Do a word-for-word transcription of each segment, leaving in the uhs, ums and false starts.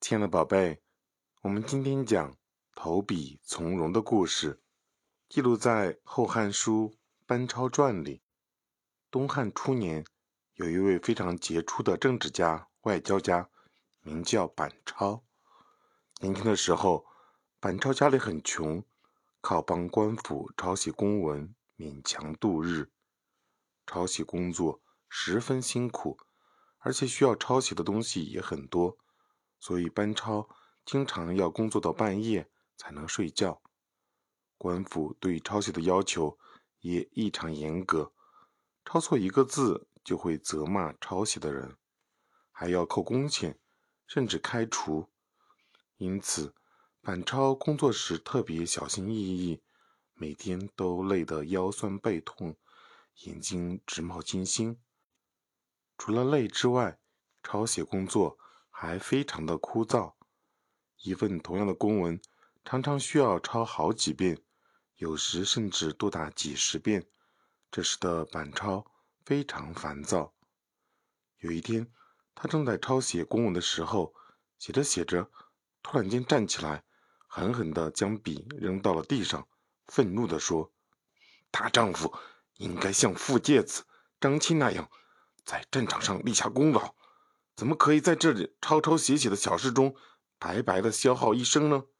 亲爱的宝贝，我们今天讲投笔从戎的故事，记录在《后汉书·班超传》里。东汉初年，有一位非常杰出的政治家、外交家，名叫板超。年轻的时候，板超家里很穷，靠帮官府抄写公文勉强度日。抄写工作十分辛苦，而且需要抄写的东西也很多，所以班超经常要工作到半夜才能睡觉。官府对抄写的要求也异常严格，抄错一个字就会责骂抄写的人，还要扣工钱，甚至开除。因此，板超工作时特别小心翼翼，每天都累得腰酸背痛，眼睛直冒金星。除了累之外，抄写工作还非常的枯燥。一份同样的公文，常常需要抄好几遍，有时甚至多达几十遍。这使得板超非常烦躁。有一天，他正在抄写公文的时候，写着写着，突然间站起来，狠狠地将笔扔到了地上，愤怒地说：大丈夫应该像傅介子、张钦那样，在战场上立下功劳，怎么可以在这里抄抄写写的小事中白白的消耗一生呢？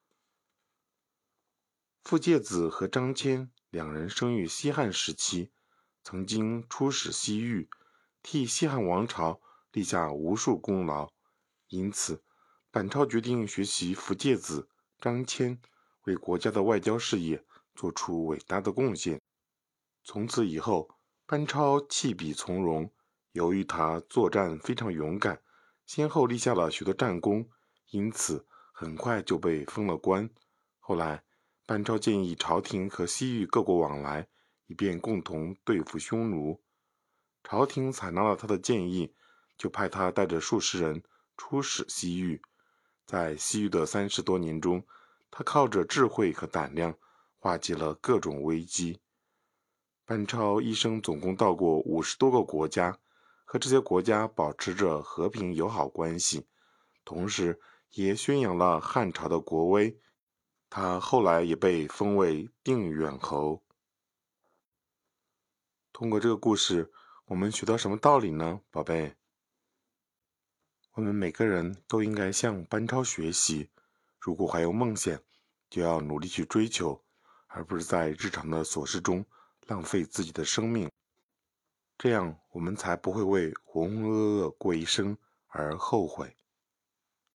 傅介子和张骞两人生于西汉时期，曾经出使西域，替西汉王朝立下无数功劳。因此，板超决定学习傅介子、张骞，为国家的外交事业做出伟大的贡献。从此以后，班超弃笔从戎。由于他作战非常勇敢，先后立下了许多战功，因此很快就被封了官。后来，班超建议朝廷和西域各国往来，以便共同对付匈奴。朝廷采纳了他的建议，就派他带着数十人出使西域。在西域的三十多年中，他靠着智慧和胆量，化解了各种危机。班超一生总共到过五十多个国家，和这些国家保持着和平友好关系，同时也宣扬了汉朝的国威。他后来也被封为定远侯。通过这个故事，我们学到什么道理呢，宝贝？我们每个人都应该向班超学习，如果还有梦想，就要努力去追求，而不是在日常的琐事中浪费自己的生命。这样我们才不会为浑浑噩噩过一生而后悔。